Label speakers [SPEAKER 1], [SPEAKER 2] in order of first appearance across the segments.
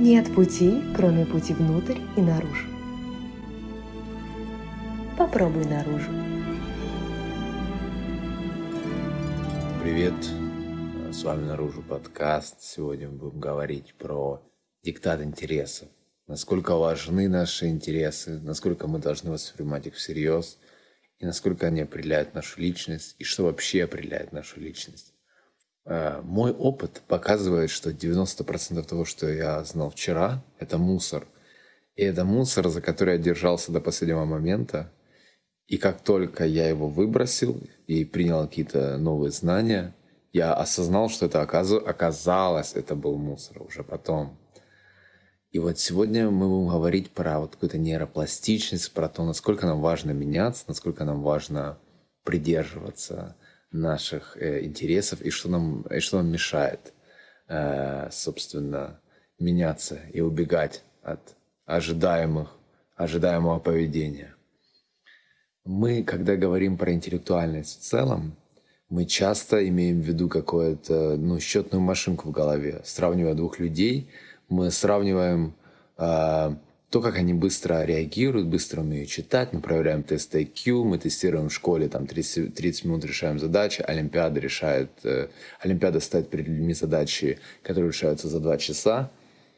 [SPEAKER 1] Нет пути, кроме пути внутрь и наружу. Попробуй наружу.
[SPEAKER 2] Привет, с вами «Наружу» подкаст. Сегодня мы будем говорить про диктат интересов. Насколько важны наши интересы, насколько мы должны воспринимать их всерьез, и насколько они определяют нашу личность, и что вообще определяет нашу личность. Мой опыт показывает, что 90% того, что я знал вчера, это мусор. И это мусор, за который я держался до последнего момента. И как только я его выбросил и принял какие-то новые знания, я осознал, что это оказалось, это был мусор уже потом. И вот сегодня мы будем говорить про вот какую-то нейропластичность, про то, насколько нам важно меняться, насколько нам важно придерживаться наших интересов и что нам мешает, собственно, меняться и убегать от ожидаемого поведения. Мы, когда говорим про интеллектуальность в целом, мы часто имеем в виду какую-то счетную машинку в голове. Сравнивая двух людей, мы сравниваем то, как они быстро реагируют, быстро умеют читать, мы проверяем тесты IQ, мы тестируем в школе, 30 минут решаем задачи, Олимпиада ставит перед людьми задачи, которые решаются за 2 часа.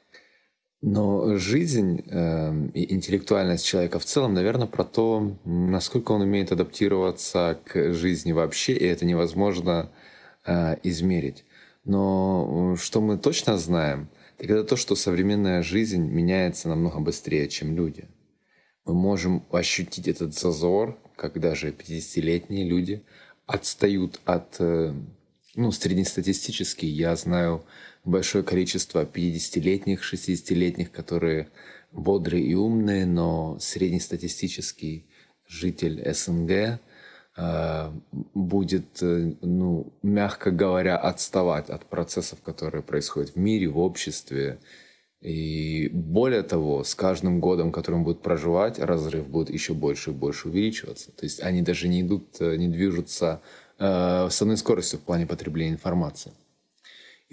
[SPEAKER 2] Но жизнь и интеллектуальность человека в целом, наверное, про то, насколько он умеет адаптироваться к жизни вообще, и это невозможно измерить. Но что мы точно знаем, так это то, что современная жизнь меняется намного быстрее, чем люди. Мы можем ощутить этот зазор, как даже 50-летние люди отстают от... среднестатистически я знаю большое количество 50-летних, 60-летних, которые бодрые и умные, но среднестатистический житель СНГ будет, мягко говоря, отставать от процессов, которые происходят в мире, в обществе. И более того, с каждым годом, который он будет проживать, разрыв будет еще больше и больше увеличиваться. То есть они даже не движутся с одной скоростью в плане потребления информации. И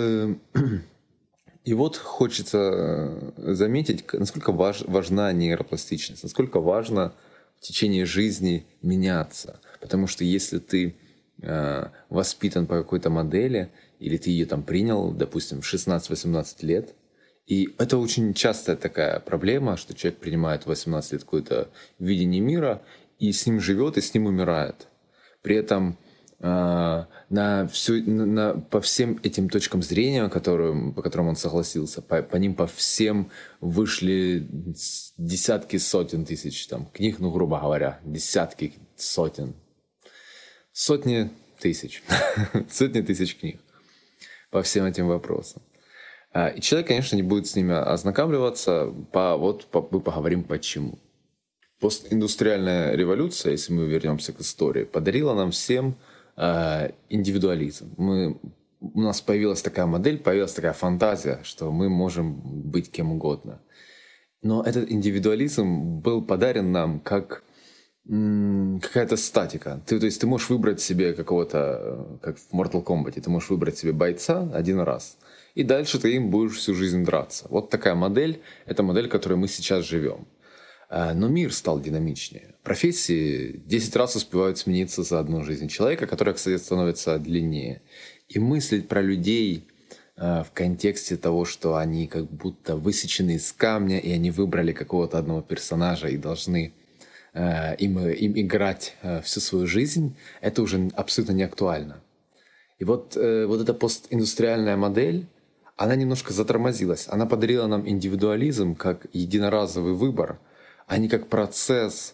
[SPEAKER 2] вот хочется заметить, насколько важна нейропластичность, насколько важно в течение жизни меняться. Потому что если ты воспитан по какой-то модели, или ты ее принял, допустим, в 16-18 лет, и это очень частая такая проблема, что человек принимает в 18 лет какое-то видение мира, и с ним живет, и с ним умирает. При этом по всем этим точкам зрения, по которым он согласился, по всем вышли десятки, сотен тысяч книг, грубо говоря, десятки, сотни тысяч, сотни тысяч книг по всем этим вопросам. И человек, конечно, не будет с ними ознакомливаться, мы поговорим почему. Постиндустриальная революция, если мы вернемся к истории, подарила нам всем индивидуализм. У нас появилась такая модель, появилась такая фантазия, что мы можем быть кем угодно. Но этот индивидуализм был подарен нам как какая-то статика. То есть ты можешь выбрать себе какого-то, как в Mortal Kombat, ты можешь выбрать себе бойца один раз, и дальше ты им будешь всю жизнь драться. Вот такая модель, это модель, в которой мы сейчас живем. Но мир стал динамичнее. Профессии 10 раз успевают смениться за одну жизнь человека, которая, кстати, становится длиннее. И мыслить про людей в контексте того, что они как будто высечены из камня, и они выбрали какого-то одного персонажа и должны им играть всю свою жизнь, это уже абсолютно не актуально. И вот эта постиндустриальная модель, она немножко затормозилась. Она подарила нам индивидуализм как единоразовый выбор, а не как процесс,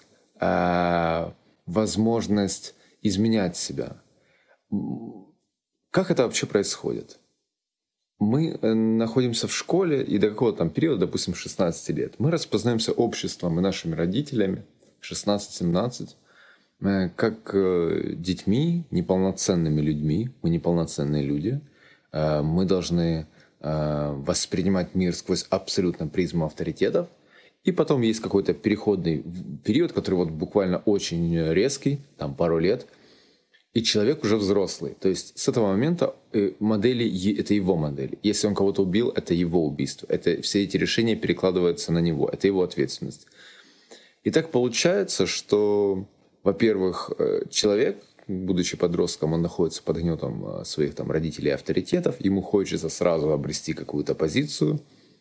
[SPEAKER 2] возможность изменять себя. Как это вообще происходит? Мы находимся в школе, и до какого-то периода, допустим, 16 лет, мы распознаемся обществом и нашими родителями, 16-17, как детьми, неполноценными людьми. Мы неполноценные люди. Мы должны воспринимать мир сквозь абсолютно призму авторитетов. И потом есть какой-то переходный период, который буквально очень резкий, пару лет. И человек уже взрослый. То есть с этого момента модели — это его модели. Если он кого-то убил, это его убийство. Это, все эти решения перекладываются на него. Это его ответственность. И так получается, что, во-первых, человек, будучи подростком, он находится под гнетом своих там родителей и авторитетов. Ему хочется сразу обрести какую-то позицию.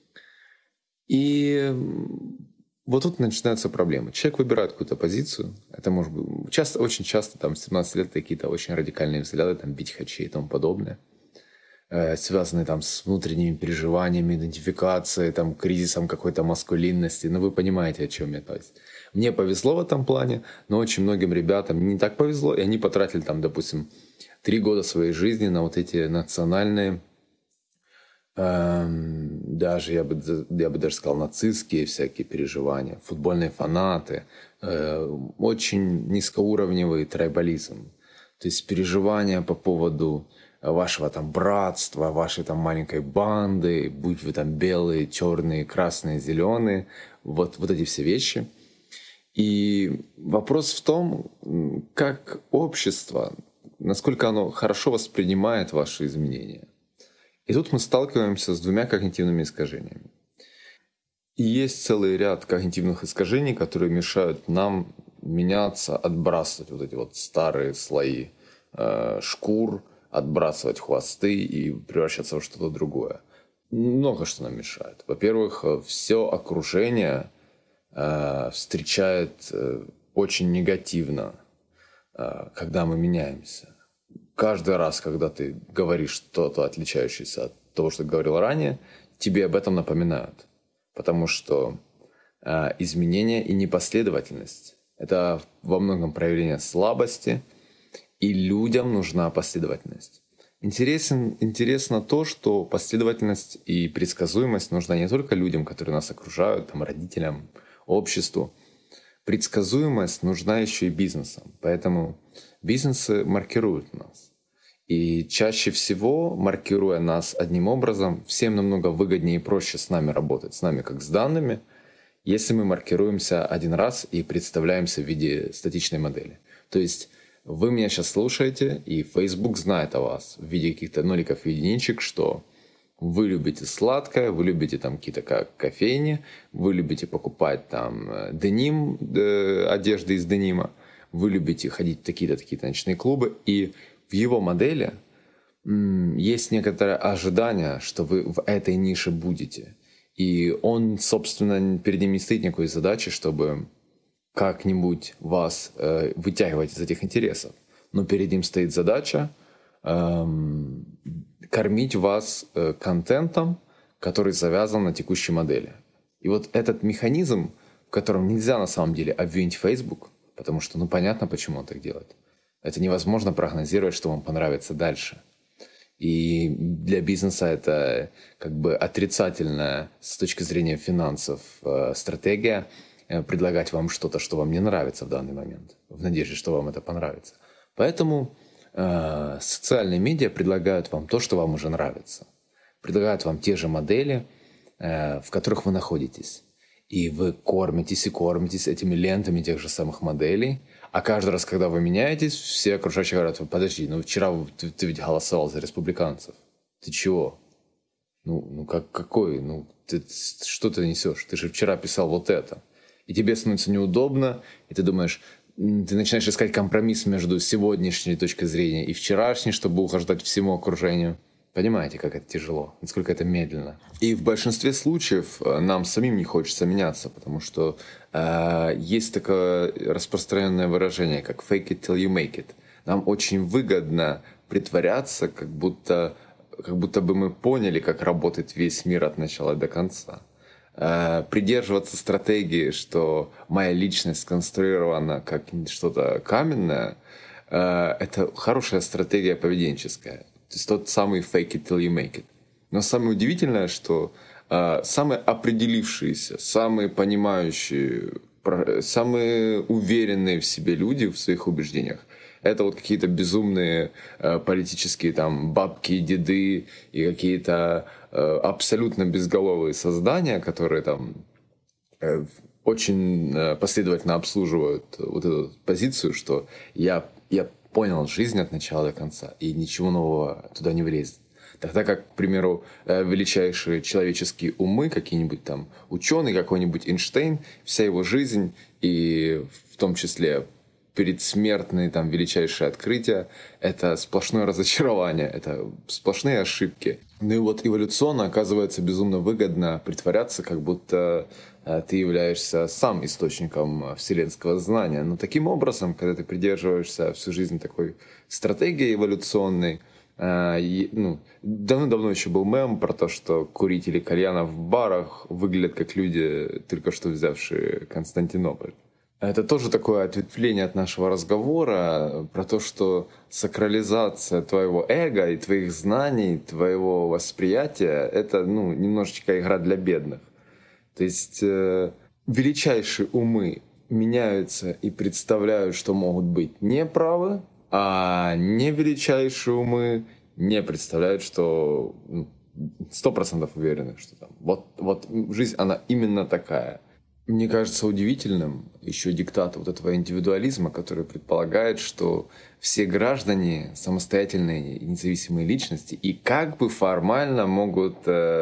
[SPEAKER 2] И вот тут начинаются проблемы. Человек выбирает какую-то позицию. Это может быть часто, очень часто, там, в 17 лет какие-то очень радикальные взгляды, там, бить хачей и тому подобное, связанные там с внутренними переживаниями, идентификацией, там, кризисом какой-то маскулинности. Ну, вы понимаете, о чем я. То есть, мне повезло в этом плане, но очень многим ребятам не так повезло, и они потратили, там, допустим, 3 года своей жизни на вот эти национальные, даже, я бы даже сказал, нацистские всякие переживания, футбольные фанаты, очень низкоуровневый трайбализм. То есть переживания по поводу вашего там братства, вашей там маленькой банды, будь вы там белые, черные, красные, зеленые, вот эти все вещи. И вопрос в том, как общество, насколько оно хорошо воспринимает ваши изменения. И тут мы сталкиваемся с 2 когнитивными искажениями. И есть целый ряд когнитивных искажений, которые мешают нам меняться, отбрасывать вот эти вот старые слои шкур, отбрасывать хвосты и превращаться в что-то другое. Много что нам мешает. Во-первых, все окружение встречает очень негативно, когда мы меняемся. Каждый раз, когда ты говоришь что-то отличающееся от того, что ты говорил ранее, тебе об этом напоминают. Потому что изменение и непоследовательность – это во многом проявление слабости, и людям нужна последовательность. Интересно то, что последовательность и предсказуемость нужна не только людям, которые нас окружают, там, родителям, обществу. Предсказуемость нужна еще и бизнесам. Поэтому бизнесы маркируют нас. И чаще всего, маркируя нас одним образом, всем намного выгоднее и проще с нами работать, с нами как с данными, если мы маркируемся один раз и представляемся в виде статичной модели. То есть вы меня сейчас слушаете, и Facebook знает о вас в виде каких-то ноликов и единичек, что вы любите сладкое, вы любите там какие-то кофейни, вы любите покупать там деним, одежды из денима, вы любите ходить в такие-то ночные клубы, и в его модели есть некоторое ожидание, что вы в этой нише будете. И он, собственно, перед ним не стоит никакой задачи, чтобы как-нибудь вас вытягивать из этих интересов. Но перед ним стоит задача кормить вас контентом, который завязан на текущей модели. И вот этот механизм, в котором нельзя на самом деле обвинить Facebook, потому что, понятно, почему он так делает. Это невозможно прогнозировать, что вам понравится дальше. И для бизнеса это как бы отрицательная с точки зрения финансов стратегия предлагать вам что-то, что вам не нравится в данный момент, в надежде, что вам это понравится. Поэтому социальные медиа предлагают вам то, что вам уже нравится. Предлагают вам те же модели, в которых вы находитесь. И вы кормитесь этими лентами тех же самых моделей. А каждый раз, когда вы меняетесь, все окружающие говорят: подожди, вчера ты ведь голосовал за республиканцев. Ты чего? Какой? Что ты несешь? Ты же вчера писал вот это. И тебе становится неудобно, и ты думаешь, ты начинаешь искать компромисс между сегодняшней точкой зрения и вчерашней, чтобы угождать всему окружению. Понимаете, как это тяжело, насколько это медленно. И в большинстве случаев нам самим не хочется меняться, потому что есть такое распространенное выражение, как fake it till you make it. Нам очень выгодно притворяться, как будто бы мы поняли, как работает весь мир от начала до конца. Придерживаться стратегии, что моя личность сконструирована как что-то каменное, это хорошая стратегия поведенческая. То есть тот самый fake it till you make it. Но самое удивительное, что самые определившиеся, самые понимающие, самые уверенные в себе люди в своих убеждениях, это вот какие-то безумные политические там бабки и деды и какие-то абсолютно безголовые создания, которые там очень последовательно обслуживают вот эту позицию, что я понял жизнь от начала до конца, и ничего нового туда не влезет. Тогда как, к примеру, величайшие человеческие умы, какие-нибудь там ученые, какой-нибудь Эйнштейн, вся его жизнь, и в том числе предсмертные там величайшие открытия, это сплошное разочарование, это сплошные ошибки. Ну и вот эволюционно оказывается безумно выгодно притворяться, как будто ты являешься сам источником вселенского знания. Но таким образом, когда ты придерживаешься всю жизнь такой стратегии эволюционной, давно еще был мем про то, что курители кальяна в барах выглядят как люди, только что взявшие Константинополь. Это тоже такое ответвление от нашего разговора про то, что сакрализация твоего эго и твоих знаний, твоего восприятия — это немножечко игра для бедных. То есть величайшие умы меняются и представляют, что могут быть неправы, а не величайшие умы не представляют, что 100% уверены, что там вот жизнь, она именно такая. Мне кажется удивительным еще диктат вот этого индивидуализма, который предполагает, что все граждане самостоятельные и независимые личности и как бы формально могут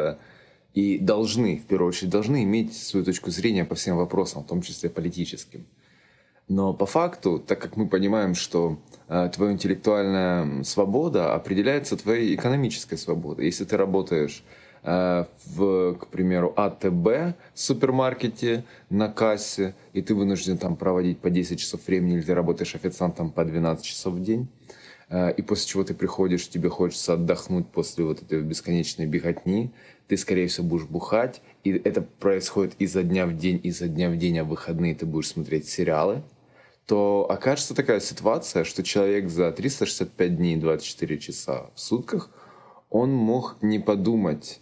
[SPEAKER 2] и должны, в первую очередь, должны иметь свою точку зрения по всем вопросам, в том числе политическим. Но по факту, так как мы понимаем, что твоя интеллектуальная свобода определяется твоей экономической свободой. Если ты работаешь к примеру, АТБ супермаркете на кассе, и ты вынужден там проводить по 10 часов времени, или ты работаешь официантом по 12 часов в день, и после чего ты приходишь, тебе хочется отдохнуть после вот этой бесконечной беготни, ты, скорее всего, будешь бухать, и это происходит изо дня в день, а в выходные ты будешь смотреть сериалы, то окажется такая ситуация, что человек за 365 дней, 24 часа в сутках, он мог не подумать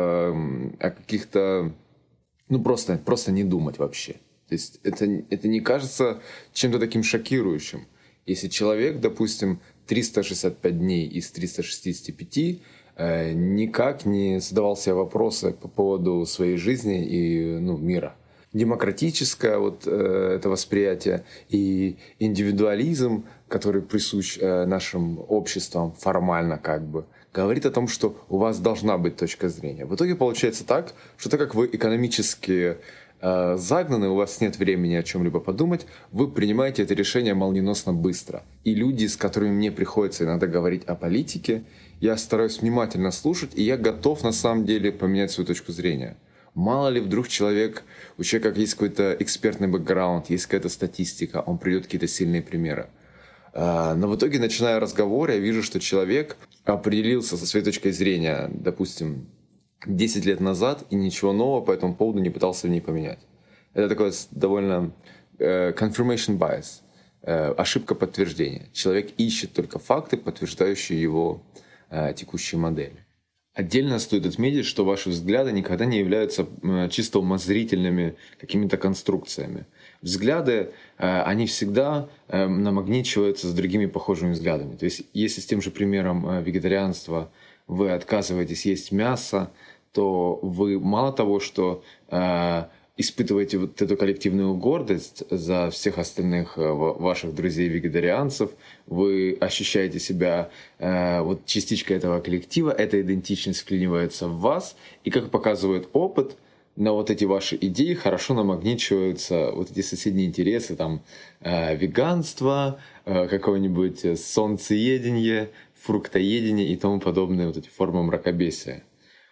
[SPEAKER 2] о каких-то... просто не думать вообще. То есть это не кажется чем-то таким шокирующим. Если человек, допустим, 365 дней из 365 никак не задавал себе вопросы по поводу своей жизни и мира. Демократическое это восприятие и индивидуализм, который присущ нашим обществам формально как бы, говорит о том, что у вас должна быть точка зрения. В итоге получается так, что так как вы экономически загнаны, у вас нет времени о чем-либо подумать, вы принимаете это решение молниеносно быстро. И люди, с которыми мне приходится иногда говорить о политике, я стараюсь внимательно слушать, и я готов на самом деле поменять свою точку зрения. Мало ли вдруг у человека есть какой-то экспертный бэкграунд, есть какая-то статистика, он придет какие-то сильные примеры. Но в итоге, начиная разговор, я вижу, что человек определился со своей точкой зрения, допустим, 10 лет назад, и ничего нового по этому поводу не пытался в ней поменять. Это такое довольно confirmation bias, ошибка подтверждения. Человек ищет только факты, подтверждающие его текущие модели. Отдельно стоит отметить, что ваши взгляды никогда не являются чисто умозрительными какими-то конструкциями. Взгляды, они всегда намагничиваются с другими похожими взглядами. То есть, если с тем же примером вегетарианства вы отказываетесь есть мясо, то вы мало того, что испытываете вот эту коллективную гордость за всех остальных ваших друзей-вегетарианцев, вы ощущаете себя частичкой этого коллектива, эта идентичность вклинивается в вас, и, как показывает опыт, на вот эти ваши идеи хорошо намагничиваются вот эти соседние интересы, там, веганство, какое-нибудь солнцеедение, фруктоедение и тому подобные вот эти формы мракобесия.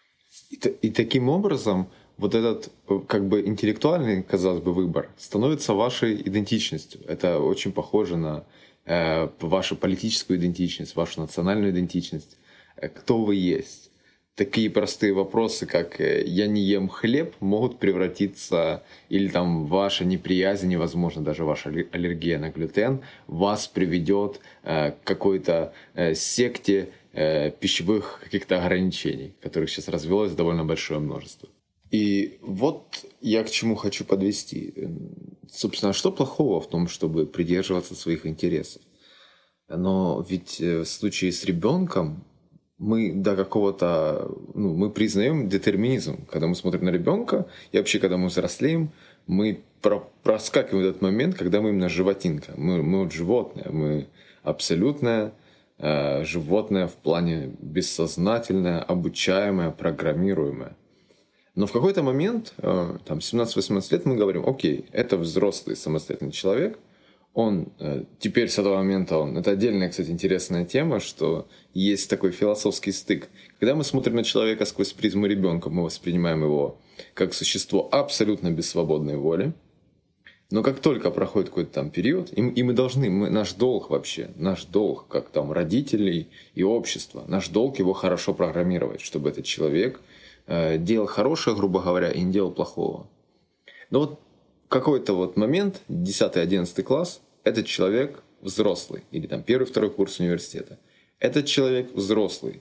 [SPEAKER 2] И таким образом вот этот как бы интеллектуальный, казалось бы, выбор становится вашей идентичностью. Это очень похоже на вашу политическую идентичность, вашу национальную идентичность. Кто вы есть? Такие простые вопросы, как «я не ем хлеб», могут превратиться, или там ваша неприязнь, невозможно, даже ваша аллергия на глютен, вас приведет к какой-то секте пищевых каких-то ограничений, которых сейчас развилось довольно большое множество. И вот я к чему хочу подвести. Собственно, что плохого в том, чтобы придерживаться своих интересов? Но ведь в случае с ребенком мы до какого-то... мы признаем детерминизм. Когда мы смотрим на ребенка, и вообще, когда мы взрослеем, мы проскакиваем этот момент, когда мы именно животинка. Мы вот животное, мы абсолютное животное в плане бессознательное, обучаемое, программируемое. Но в какой-то момент, там, 17-18 лет, мы говорим, окей, это взрослый самостоятельный человек, он теперь с этого момента, это отдельная, кстати, интересная тема, что есть такой философский стык. Когда мы смотрим на человека сквозь призму ребенка, мы воспринимаем его как существо абсолютно без свободной воли. Но как только проходит какой-то там период, и мы должны, наш долг вообще, наш долг, как там родителей и общества, наш долг его хорошо программировать, чтобы этот человек делал хорошее, грубо говоря, и не делал плохого. Но вот какой-то вот момент, 10-11 класс, этот человек взрослый, или там 1-2 курс университета. Этот человек взрослый,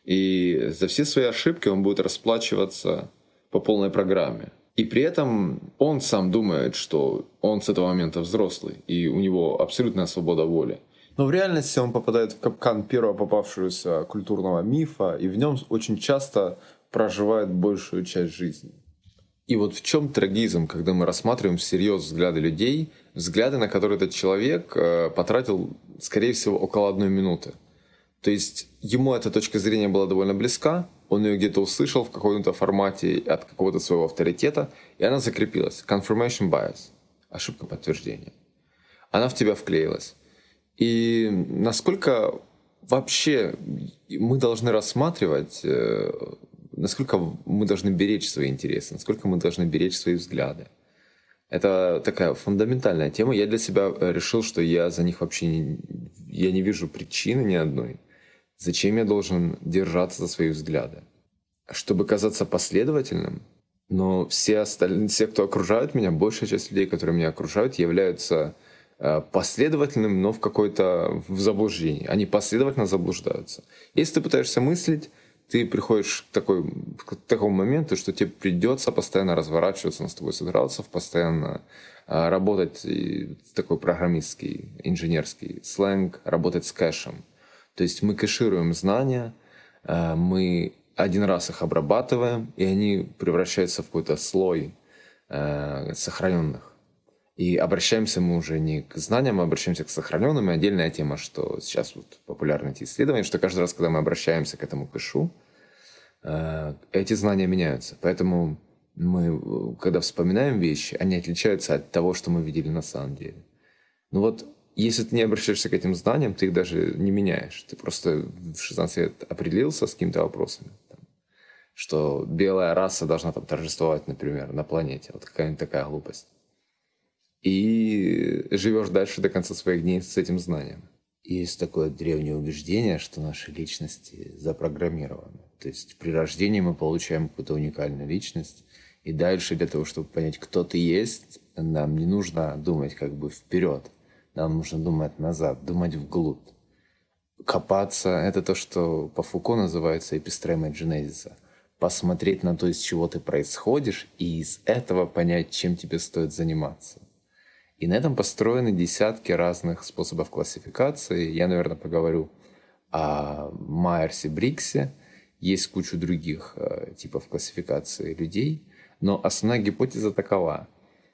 [SPEAKER 2] и за все свои ошибки он будет расплачиваться по полной программе. И при этом он сам думает, что он с этого момента взрослый, и у него абсолютная свобода воли. Но в реальности он попадает в капкан первого попавшегося культурного мифа, и в нем очень часто проживает большую часть жизни. И вот в чем трагизм, когда мы рассматриваем всерьез взгляды людей, взгляды, на которые этот человек потратил, скорее всего, около 1 минуты. То есть ему эта точка зрения была довольно близка, он ее где-то услышал в каком-то формате от какого-то своего авторитета, и она закрепилась. Confirmation bias. Ошибка подтверждения. Она в тебя вклеилась. И насколько вообще мы должны рассматривать, насколько мы должны беречь свои интересы, насколько мы должны беречь свои взгляды. Это такая фундаментальная тема. Я для себя решил, что я за них вообще не вижу причины ни одной. Зачем я должен держаться за свои взгляды? Чтобы казаться последовательным, но все кто окружают меня, большая часть людей, которые меня окружают, являются последовательными, но в заблуждении. Они последовательно заблуждаются. Если ты пытаешься мыслить, ты приходишь к такому моменту, что тебе придется постоянно разворачиваться, на с тобой содраться, постоянно работать, такой программистский, инженерский сленг, работать с кэшем. То есть мы кэшируем знания, мы один раз их обрабатываем, и они превращаются в какой-то слой сохраненных. И обращаемся мы уже не к знаниям, а обращаемся к сохраненным. И отдельная тема, что сейчас вот популярны эти исследования, что каждый раз, когда мы обращаемся к этому кэшу, эти знания меняются. Поэтому мы, когда вспоминаем вещи, они отличаются от того, что мы видели на самом деле. Ну вот, если ты не обращаешься к этим знаниям, ты их даже не меняешь. Ты просто в 16 лет определился с какими-то вопросами. Что белая раса должна там торжествовать, например, на планете. Вот какая-нибудь такая глупость. И живешь дальше до конца своих дней с этим знанием. Есть такое древнее убеждение, что наши личности запрограммированы. То есть при рождении мы получаем какую-то уникальную личность, и дальше для того, чтобы понять, кто ты есть, нам не нужно думать как бы вперед, нам нужно думать назад, думать вглубь. Копаться — это то, что по Фуко называется эпистремой дженезиса. Посмотреть на то, из чего ты происходишь, и из этого понять, чем тебе стоит заниматься. И на этом построены десятки разных способов классификации. Я, наверное, поговорю о Майерсе, Бриксе. Есть куча других типов классификации людей. Но основная гипотеза такова.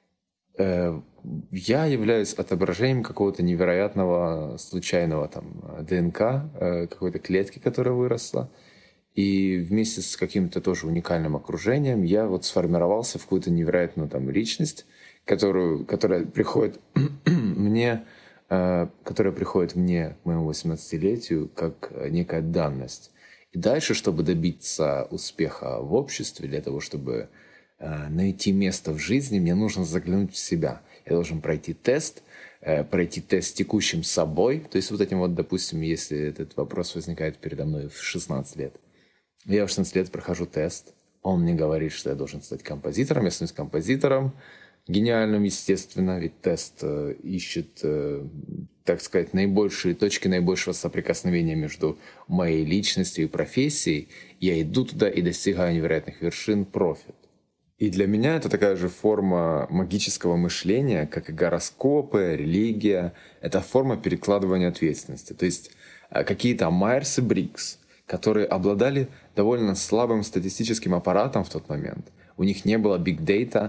[SPEAKER 2] Я являюсь отображением какого-то невероятного случайного ДНК, какой-то клетки, которая выросла. И вместе с каким-то тоже уникальным окружением я вот сформировался в какую-то невероятную личность, которая приходит мне к моему 18-летию как некая данность. И дальше, чтобы добиться успеха в обществе, для того, чтобы найти место в жизни, мне нужно заглянуть в себя. Я должен пройти тест с текущим собой. То есть вот этим вот, допустим, если этот вопрос возникает передо мной в 16 лет. Я в 16 лет прохожу тест. Он мне говорит, что я должен стать композитором. Я становлюсь композитором. Гениальным, естественно, ведь тест ищет, так сказать, наибольшие точки наибольшего соприкосновения между моей личностью и профессией. Я иду туда и достигаю невероятных вершин, профит. И для меня это такая же форма магического мышления, как и гороскопы, религия. Это форма перекладывания ответственности. То есть какие-то Майерс и Брикс, которые обладали довольно слабым статистическим аппаратом в тот момент. У них не было big data,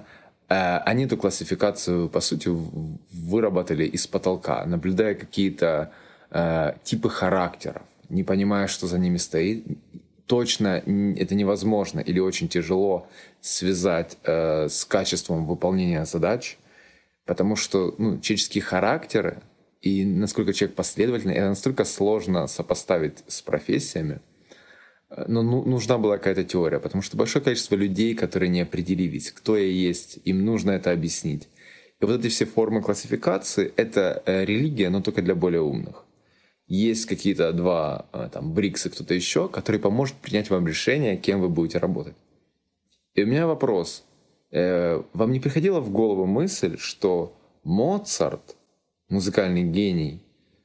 [SPEAKER 2] Они эту классификацию, по сути, выработали из потолка, наблюдая какие-то типы характеров, не понимая, что за ними стоит. Точно это невозможно или очень тяжело связать с качеством выполнения задач, потому что человеческие характеры и насколько человек последовательный, это настолько сложно сопоставить с профессиями. Но нужна была какая-то теория, потому что большое количество людей, которые не определились, кто я есть, им нужно это объяснить. И вот эти все формы классификации — это религия, но только для более умных. Есть какие-то два Брикс и кто-то еще, который поможет принять вам решение, кем вы будете работать. И у меня вопрос. Вам не приходила в голову мысль, что Моцарт, музыкальный гений,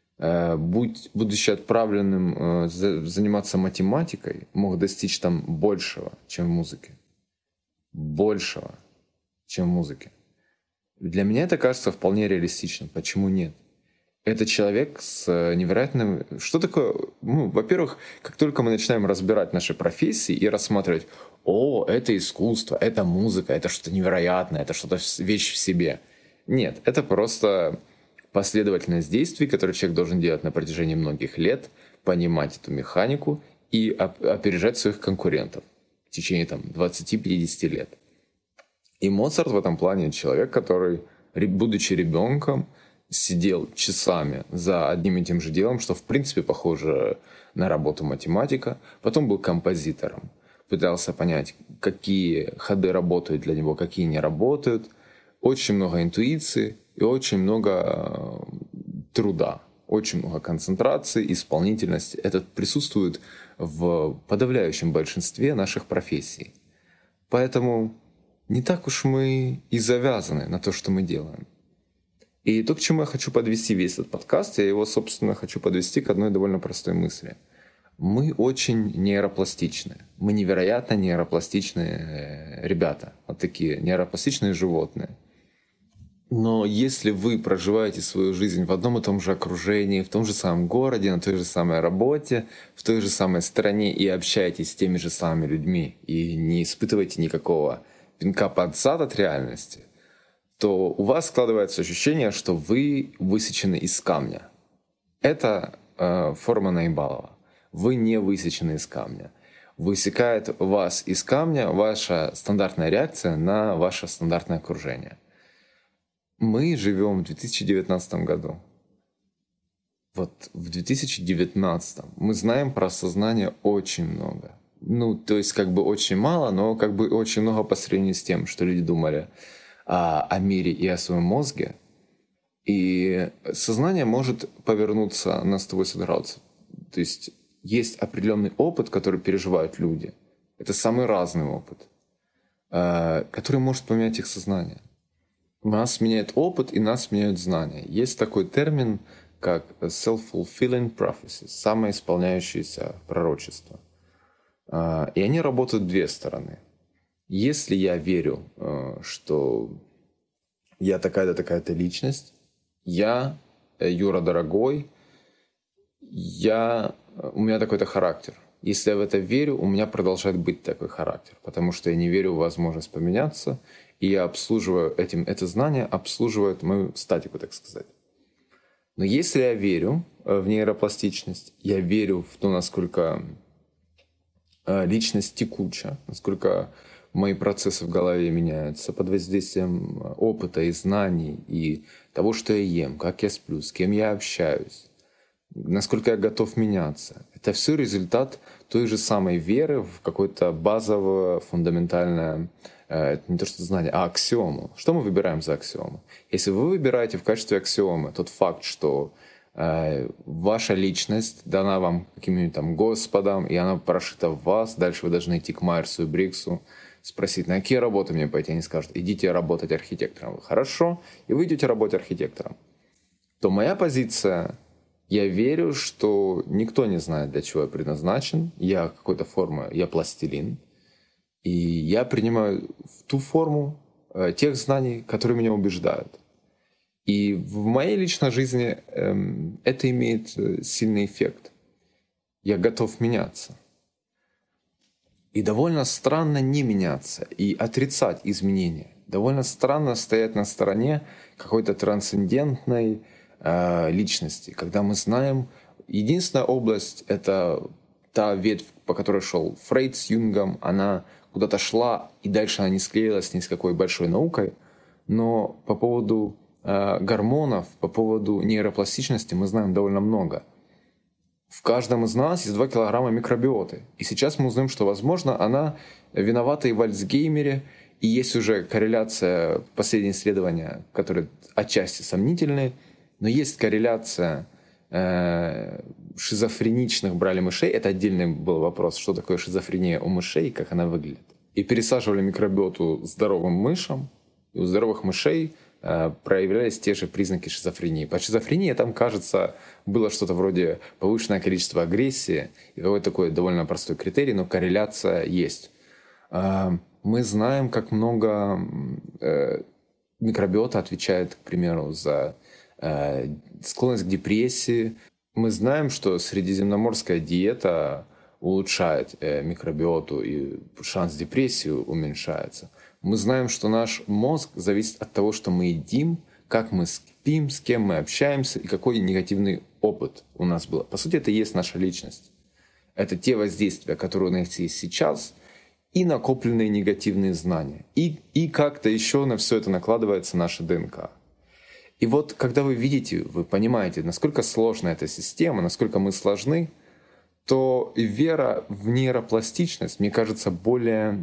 [SPEAKER 2] будучи отправленным заниматься математикой, мог достичь там большего, чем в музыке? Большего, чем в музыке. Для меня это кажется вполне реалистичным. Почему нет? Это человек с невероятным... Что такое? Во-первых, как только мы начинаем разбирать наши профессии и рассматривать, это искусство, это музыка, это что-то невероятное, это что-то вещь в себе. Нет, это просто последовательность действий, которые человек должен делать на протяжении многих лет, понимать эту механику и опережать своих конкурентов в течение 20-50 лет. И Моцарт в этом плане человек, который, будучи ребенком, сидел часами за одним и тем же делом, что в принципе похоже на работу математика. Потом был композитором. Пытался понять, какие ходы работают для него, какие не работают. Очень много интуиции и очень много труда, очень много концентрации, исполнительности. Это присутствует в подавляющем большинстве наших профессий. Поэтому не так уж мы и завязаны на то, что мы делаем. И то, к чему я хочу подвести весь этот подкаст, я его, собственно, хочу подвести к одной довольно простой мысли. Мы очень нейропластичны. Мы невероятно нейропластичные ребята. Вот такие нейропластичные животные. Но если вы проживаете свою жизнь в одном и том же окружении, в том же самом городе, на той же самой работе, в той же самой стране и общаетесь с теми же самыми людьми, и не испытываете никакого пинка под зад от реальности, то у вас складывается ощущение, что вы высечены из камня. Это форма Наибалова. Вы не высечены из камня. Высекает вас из камня ваша стандартная реакция на ваше стандартное окружение. Мы живем в 2019 году. Вот в 2019 мы знаем про сознание очень много. То есть очень мало, но очень много по сравнению с тем, что люди думали о мире и о своем мозге. И сознание может повернуться на 180 градусов. То есть определенный опыт, который переживают люди. Это самый разный опыт, который может поменять их сознание. Нас меняет опыт и нас меняют знания. Есть такой термин, как self-fulfilling prophecy, самоисполняющееся пророчество. И они работают в две стороны. Если я верю, что я такая-то, такая-то личность, я, Юра дорогой, у меня такой-то характер. Если я в это верю, у меня продолжает быть такой характер, потому что я не верю в возможность поменяться, и я обслуживаю это знание обслуживает мою статику, так сказать. Но если я верю в нейропластичность, я верю в то, насколько личность текуча, насколько мои процессы в голове меняются под воздействием опыта и знаний, и того, что я ем, как я сплю, с кем я общаюсь, насколько я готов меняться. Это все результат той же самой веры в какое-то базовое, фундаментальное, это не то что знание, а аксиому. Что мы выбираем за аксиому? Если вы выбираете в качестве аксиомы тот факт, что ваша личность дана вам каким-нибудь Господом, и она прошита в вас, дальше вы должны идти к Майерсу и Бриксу, спросить, на какие работы мне пойти, они скажут, идите работать архитектором. Хорошо, и вы идете работать архитектором. То моя позиция, я верю, что никто не знает, для чего я предназначен, я какой-то формы, я пластилин, и я принимаю в ту форму тех знаний, которые меня убеждают. И в моей личной жизни это имеет сильный эффект. Я готов меняться. И довольно странно не меняться и отрицать изменения. Довольно странно стоять на стороне какой-то трансцендентной личности, когда мы знаем, единственная область — это та ветвь, по которой шел Фрейд с Юнгом, она куда-то шла, и дальше она не склеилась ни с какой большой наукой, но по поводу гормонов, по поводу нейропластичности мы знаем довольно много. В каждом из нас есть 2 килограмма микробиоты. И сейчас мы узнаем, что, возможно, она виновата и в Альцгеймере, и есть уже корреляция, последние исследования, которые отчасти сомнительные, но есть корреляция шизофреничных брали мышей. Это отдельный был вопрос, что такое шизофрения у мышей, как она выглядит. И пересаживали микробиоту здоровым мышам, и у здоровых мышей проявлялись те же признаки шизофрении. По шизофрении там, кажется, было что-то вроде повышенное количество агрессии, и какой-то такой довольно простой критерий, но корреляция есть. Мы знаем, как много микробиота отвечает, к примеру, за склонность к депрессии. Мы знаем, что средиземноморская диета улучшает микробиоту, и шанс депрессии уменьшается. Мы знаем, что наш мозг зависит от того, что мы едим, как мы спим, с кем мы общаемся и какой негативный опыт у нас был. По сути, это и есть наша личность. Это те воздействия, которые у нас есть сейчас, и накопленные негативные знания. И как-то еще на все это накладывается наша ДНК. И вот, когда вы видите, вы понимаете, насколько сложна эта система, насколько мы сложны, то вера в нейропластичность, мне кажется, более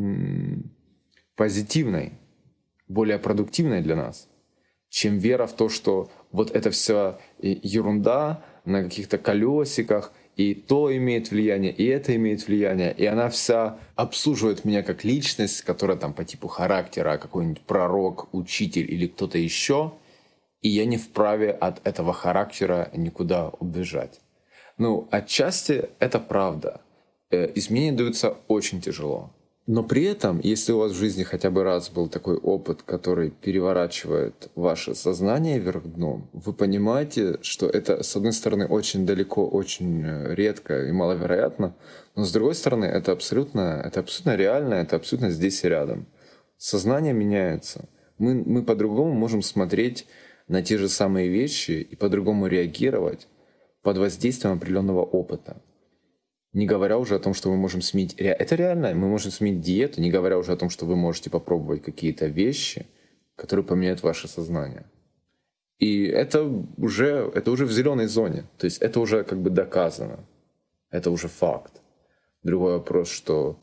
[SPEAKER 2] позитивной, более продуктивной для нас, чем вера в то, что вот это все ерунда на каких-то колесиках, и то имеет влияние, и это имеет влияние, и она вся обслуживает меня как личность, которая там по типу характера, какой-нибудь пророк, учитель или кто-то еще, и я не вправе от этого характера никуда убежать. Ну, отчасти это правда. Изменения даются очень тяжело. Но при этом, если у вас в жизни хотя бы раз был такой опыт, который переворачивает ваше сознание вверх дном, вы понимаете, что это, с одной стороны, очень далеко, очень редко и маловероятно, но с другой стороны, это абсолютно реально, это абсолютно здесь и рядом. Сознание меняется. Мы по-другому можем смотреть на те же самые вещи и по-другому реагировать под воздействием определенного опыта. Не говоря уже о том, что мы можем сменить... Это реально, мы можем сменить диету, не говоря уже о том, что вы можете попробовать какие-то вещи, которые поменяют ваше сознание. И это уже в зеленой зоне. То есть это уже как бы доказано. Это уже факт. Другой вопрос, что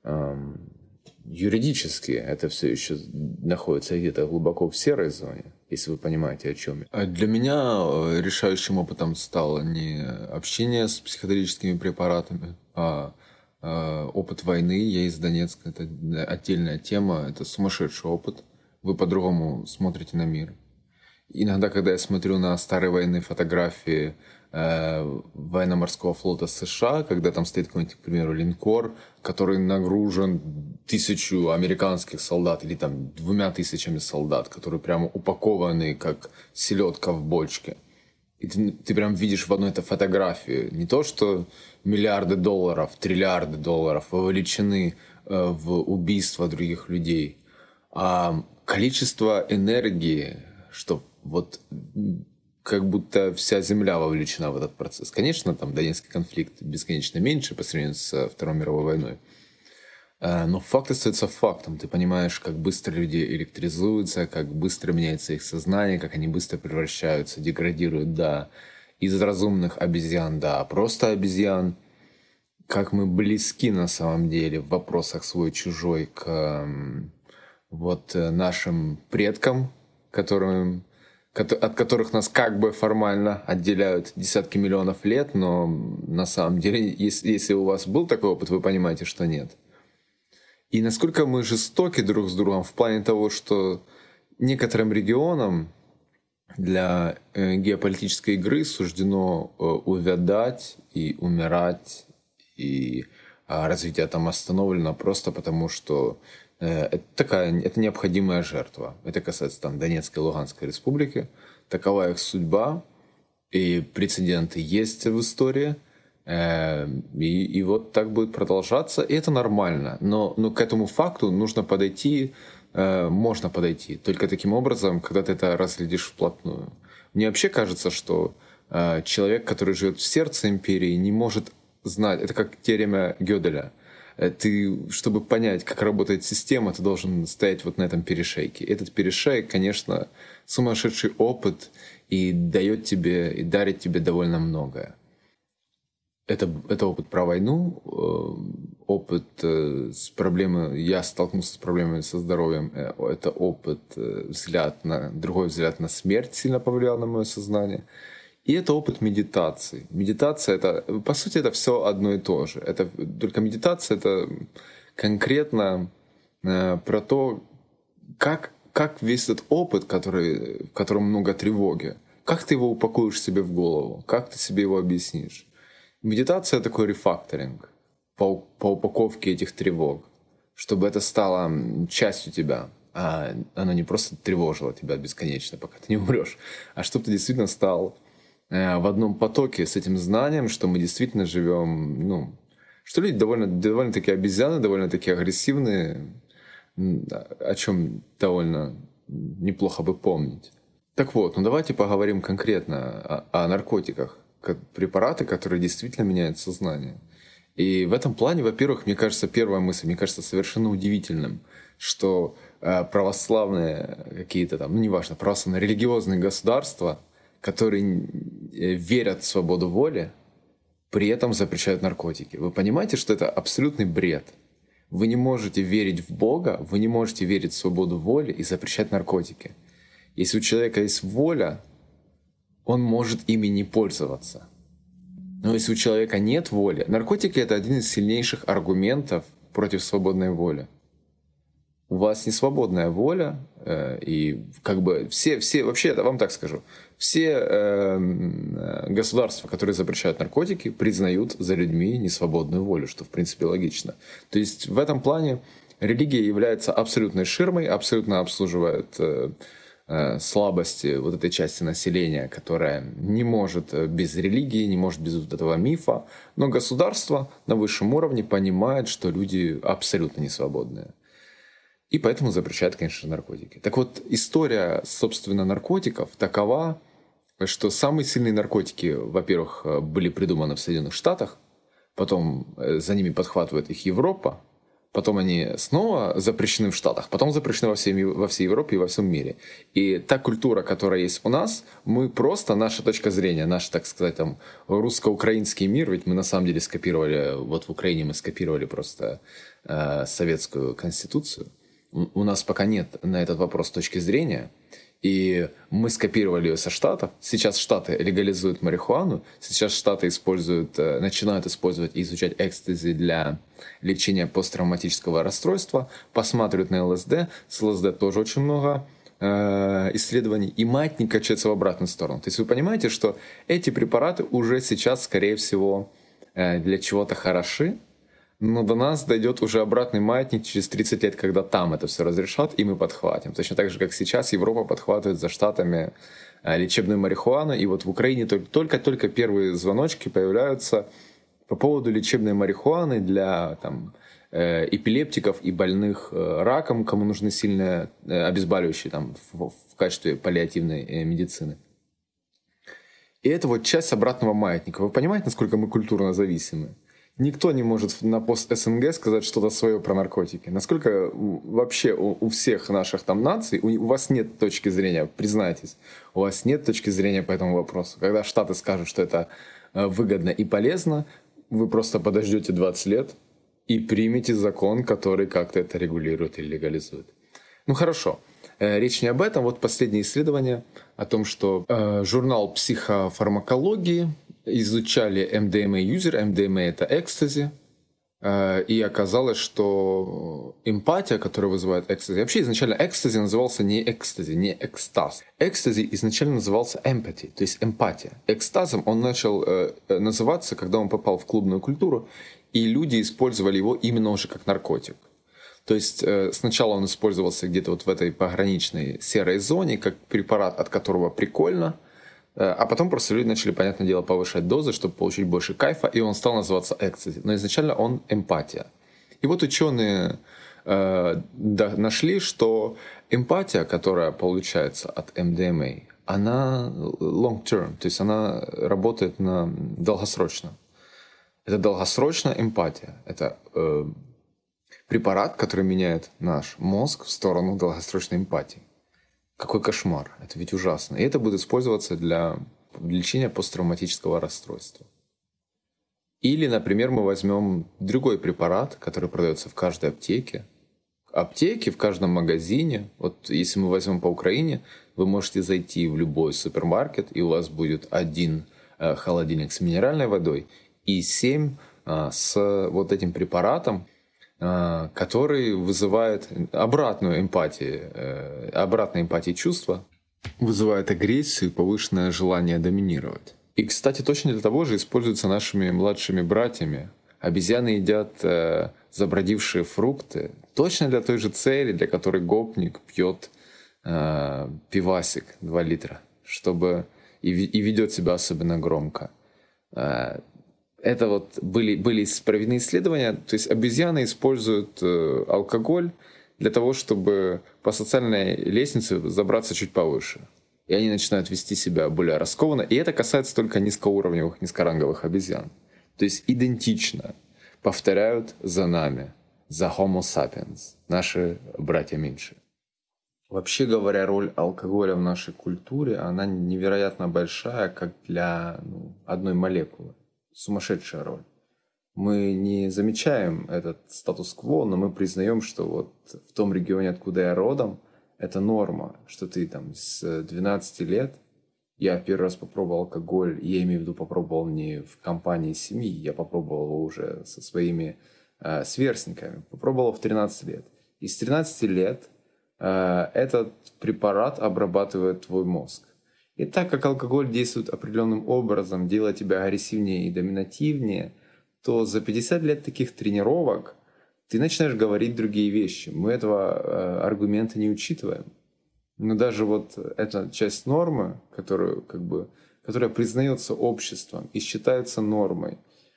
[SPEAKER 2] юридически это все еще находится где-то глубоко в серой зоне, если вы понимаете, о чем я. Для меня решающим опытом стало не общение с психоделическими препаратами, а опыт войны. Я из Донецка, это отдельная тема, это сумасшедший опыт. Вы по-другому смотрите на мир. Иногда, когда я смотрю на старые военные фотографии военно-морского флота США, когда там стоит какой-нибудь, к примеру, линкор, который нагружен 1000 американских солдат или там 2000 солдат, которые прямо упакованы, как селедка в бочке. И ты прям видишь в одной этой фотографии не то, что миллиарды долларов, триллиарды долларов вовлечены в убийство других людей, а количество энергии, что вот как будто вся земля вовлечена в этот процесс. Конечно, там Донецкий конфликт бесконечно меньше по сравнению с Второй мировой войной. Но факт остается фактом. Ты понимаешь, как быстро люди электризуются, как быстро меняется их сознание, как они быстро превращаются, деградируют, да, из разумных обезьян, да, просто обезьян. Как мы близки на самом деле в вопросах свой-чужой к вот нашим предкам, от которых нас как бы формально отделяют десятки миллионов лет, но на самом деле, если у вас был такой опыт, вы понимаете, что нет. И насколько мы жестоки друг с другом в плане того, что некоторым регионам для геополитической игры суждено увядать и умирать, и развитие там остановлено просто потому, что это необходимая жертва. Это касается там Донецкой и Луганской республики. Такова их судьба, и прецеденты есть в истории. И вот так будет продолжаться, и это нормально. Но к этому факту нужно подойти можно подойти. Только таким образом, когда ты это разглядишь вплотную. Мне вообще кажется, что человек, который живет в сердце империи, не может знать. Это как теорема Гёделя. Ты, чтобы понять, как работает система, ты должен стоять вот на этом перешейке. Этот перешейк, конечно, сумасшедший опыт и дает тебе, и дарит тебе довольно многое. Это опыт про войну, опыт с проблемой, я столкнулся с проблемами со здоровьем, это опыт, другой взгляд на смерть сильно повлиял на мое сознание. И это опыт медитации. Медитация, это, по сути, это все одно и то же. Только медитация — это конкретно про то, как весь этот опыт, в котором много тревоги, как ты его упакуешь себе в голову, как ты себе его объяснишь. Медитация — такой рефакторинг по упаковке этих тревог, чтобы это стало частью тебя, а оно не просто тревожило тебя бесконечно, пока ты не умрешь, а чтобы ты действительно стал в одном потоке с этим знанием, что мы действительно живем, что люди довольно-таки обезьяны, довольно-таки агрессивные, о чем довольно неплохо бы помнить. Так вот, давайте поговорим конкретно о наркотиках. Препараты, которые действительно меняют сознание. И в этом плане, во-первых, мне кажется, первая мысль, мне кажется совершенно удивительным, что православные какие-то там, неважно, православные религиозные государства, которые верят в свободу воли, при этом запрещают наркотики. Вы понимаете, что это абсолютный бред? Вы не можете верить в Бога, вы не можете верить в свободу воли и запрещать наркотики. Если у человека есть воля, он может ими не пользоваться. Но если у человека нет воли, наркотики — это один из сильнейших аргументов против свободной воли. У вас не свободная воля, и как бы все, вообще, я вам так скажу, все государства, которые запрещают наркотики, признают за людьми несвободную волю, что в принципе логично. То есть в этом плане религия является абсолютной ширмой, абсолютно обслуживает слабости вот этой части населения, которая не может без религии, не может без вот этого мифа. Но государство на высшем уровне понимает, что люди абсолютно не свободные. И поэтому запрещает, конечно, наркотики. Так вот, история, собственно, наркотиков такова, что самые сильные наркотики, во-первых, были придуманы в Соединенных Штатах, потом за ними подхватывает их Европа, потом они снова запрещены в Штатах, потом запрещены во всей Европе и во всем мире. И та культура, которая есть у нас, мы просто, наша точка зрения, наш, так сказать, там, русско-украинский мир, ведь мы на самом деле скопировали, вот в Украине мы скопировали просто советскую конституцию. У нас пока нет на этот вопрос точки зрения, и мы скопировали ее со Штатов. Сейчас Штаты легализуют марихуану, сейчас Штаты начинают использовать и изучать экстази для лечения посттравматического расстройства, посматривают на ЛСД. С ЛСД тоже очень много исследований, и маятник качается в обратную сторону. То есть вы понимаете, что эти препараты уже сейчас, скорее всего, для чего-то хороши, но до нас дойдет уже обратный маятник через 30 лет, когда там это все разрешат, и мы подхватим. Точно так же, как сейчас Европа подхватывает за Штатами лечебную марихуану, и вот в Украине только первые звоночки появляются по поводу лечебной марихуаны для эпилептиков и больных раком, кому нужны сильные обезболивающие в качестве паллиативной медицины. И это вот часть обратного маятника. Вы понимаете, насколько мы культурно зависимы? Никто не может на пост СНГ сказать что-то свое про наркотики. Насколько вообще у всех наших там наций, у вас нет точки зрения, признайтесь, у вас нет точки зрения по этому вопросу. Когда Штаты скажут, что это выгодно и полезно, вы просто подождете 20 лет и примете закон, который как-то это регулирует или легализует. Ну хорошо, речь не об этом. Вот последнее исследование о том, что журнал психофармакологии изучали MDMA-юзер, MDMA — это экстази, и оказалось, что эмпатия, которая вызывает экстази, вообще изначально экстази назывался не экстази, не экстаз. Экстази изначально назывался empathy, то есть эмпатия. Экстазом он начал называться, когда он попал в клубную культуру, и люди использовали его именно уже как наркотик. То есть сначала он использовался где-то вот в этой пограничной серой зоне, как препарат, от которого прикольно, а потом просто люди начали, понятное дело, повышать дозы, чтобы получить больше кайфа, и он стал называться экстази. Но изначально он эмпатия. И вот ученые нашли, что эмпатия, которая получается от МДМА, она long term, то есть она работает долгосрочно. Это долгосрочная эмпатия. Это препарат, который меняет наш мозг в сторону долгосрочной эмпатии. Какой кошмар. Это ведь ужасно. И это будет использоваться для лечения посттравматического расстройства. Или, например, мы возьмем другой препарат, который продается в каждой аптеке. Аптеки в каждом магазине. Вот если мы возьмем по Украине, вы можете зайти в любой супермаркет, и у вас будет один холодильник с минеральной водой и 7 с вот этим препаратом, который вызывает обратную эмпатию чувства, вызывает агрессию и повышенное желание доминировать. И, кстати, точно для того же используются нашими младшими братьями. Обезьяны едят забродившие фрукты точно для той же цели, для которой гопник пьет пивасик 2 литра, чтобы и ведет себя особенно громко. Это вот были проведены исследования, то есть обезьяны используют алкоголь для того, чтобы по социальной лестнице забраться чуть повыше. И они начинают вести себя более раскованно. И это касается только низкоуровневых, низкоранговых обезьян. То есть идентично повторяют за нами, за Homo sapiens, наши братья меньшие. Вообще говоря, роль алкоголя в нашей культуре, она невероятно большая, как для одной молекулы. Сумасшедшая роль. Мы не замечаем этот статус-кво, но мы признаем, что вот в том регионе, откуда я родом, это норма, что ты там с 12 лет, я первый раз попробовал алкоголь, я имею в виду попробовал не в компании семьи, я попробовал его уже со своими сверстниками, попробовал в 13 лет. И с 13 лет этот препарат обрабатывает твой мозг. И так как алкоголь действует определенным образом, делая тебя агрессивнее и доминативнее, то за 50 лет таких тренировок ты начинаешь говорить другие вещи. Мы этого аргумента не учитываем. Но даже вот эта часть нормы, которая признается обществом и считается нормой,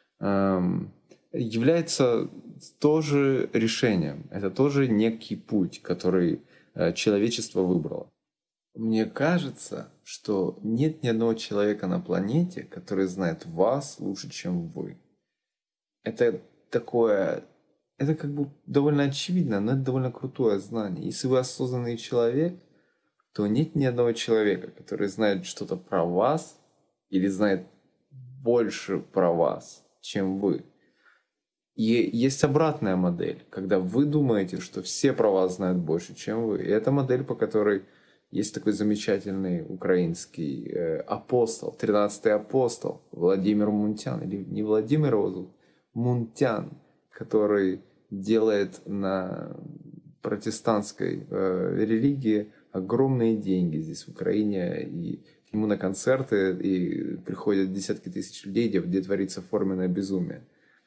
[SPEAKER 2] является тоже решением. Это тоже некий путь, который человечество выбрало. Мне кажется, что нет ни одного человека на планете, который знает вас лучше, чем вы. Это как бы довольно очевидно, но это довольно крутое знание. Если вы осознанный человек, то нет ни одного человека, который знает что-то про вас или знает больше про вас, чем вы. И есть обратная модель, когда вы думаете, что все про вас знают больше, чем вы. И это модель, по которой есть такой замечательный украинский апостол, 13-й апостол Владимир Мунтян, или не Владимир его зовут, Мунтян, который делает на протестантской религии огромные деньги здесь в Украине, и к нему на концерты и приходят десятки тысяч людей, где творится форменное безумие.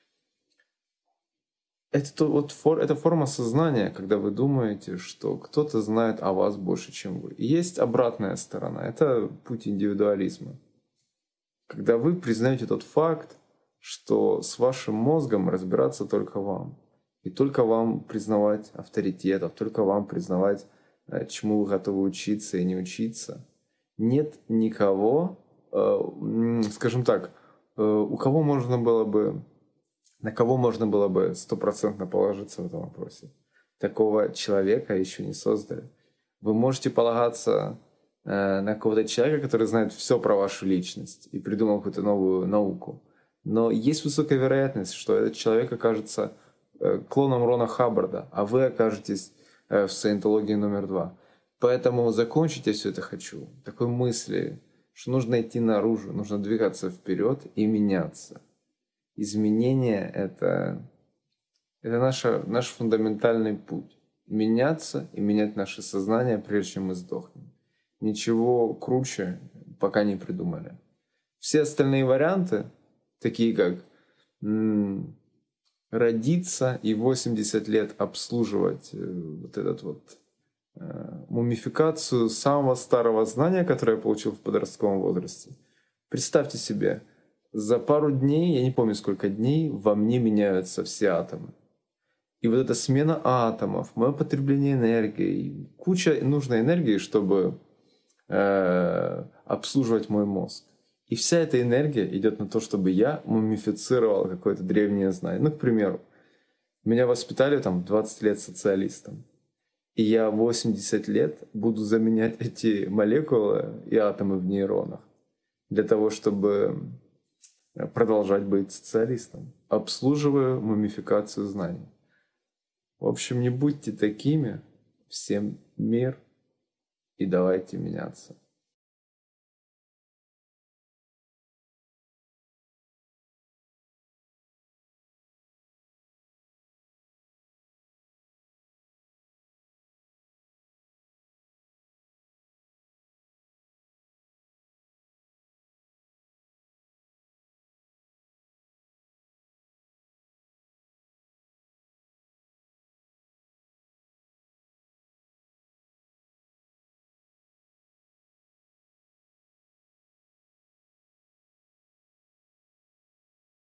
[SPEAKER 2] Это форма сознания, когда вы думаете, что кто-то знает о вас больше, чем вы. И есть обратная сторона. Это путь индивидуализма. Когда вы признаете тот факт, что с вашим мозгом разбираться только вам. И только вам признавать авторитетов, только вам признавать, чему вы готовы учиться и не учиться. Нет никого, скажем так, на кого можно было бы 100% положиться в этом вопросе. Такого человека еще не создали. Вы можете полагаться на какого-то человека, который знает все про вашу личность и придумал какую-то новую науку. Но есть высокая вероятность, что этот человек окажется клоном Рона Хаббарда, а вы окажетесь в саентологии номер 2. Поэтому закончить я все это хочу такой мысли, что нужно идти наружу, нужно двигаться вперед и меняться. Изменение — это наш фундаментальный путь. Меняться и менять наше сознание, прежде чем мы сдохнем. Ничего круче пока не придумали. Все остальные варианты, такие как родиться и 80 лет обслуживать мумификацию самого старого знания, которое я получил в подростковом возрасте. Представьте себе, за пару дней, я не помню сколько дней, во мне меняются все атомы. И вот эта смена атомов, мое потребление энергии, куча нужной энергии, чтобы обслуживать мой мозг. И вся эта энергия идет на то, чтобы я мумифицировал какое-то древнее знание. Ну, к примеру, меня воспитали там 20 лет социалистом. И я 80 лет буду заменять эти молекулы и атомы в нейронах для того, чтобы продолжать быть социалистом, обслуживая мумификацию знаний. В общем, не будьте такими, всем мир, и давайте меняться.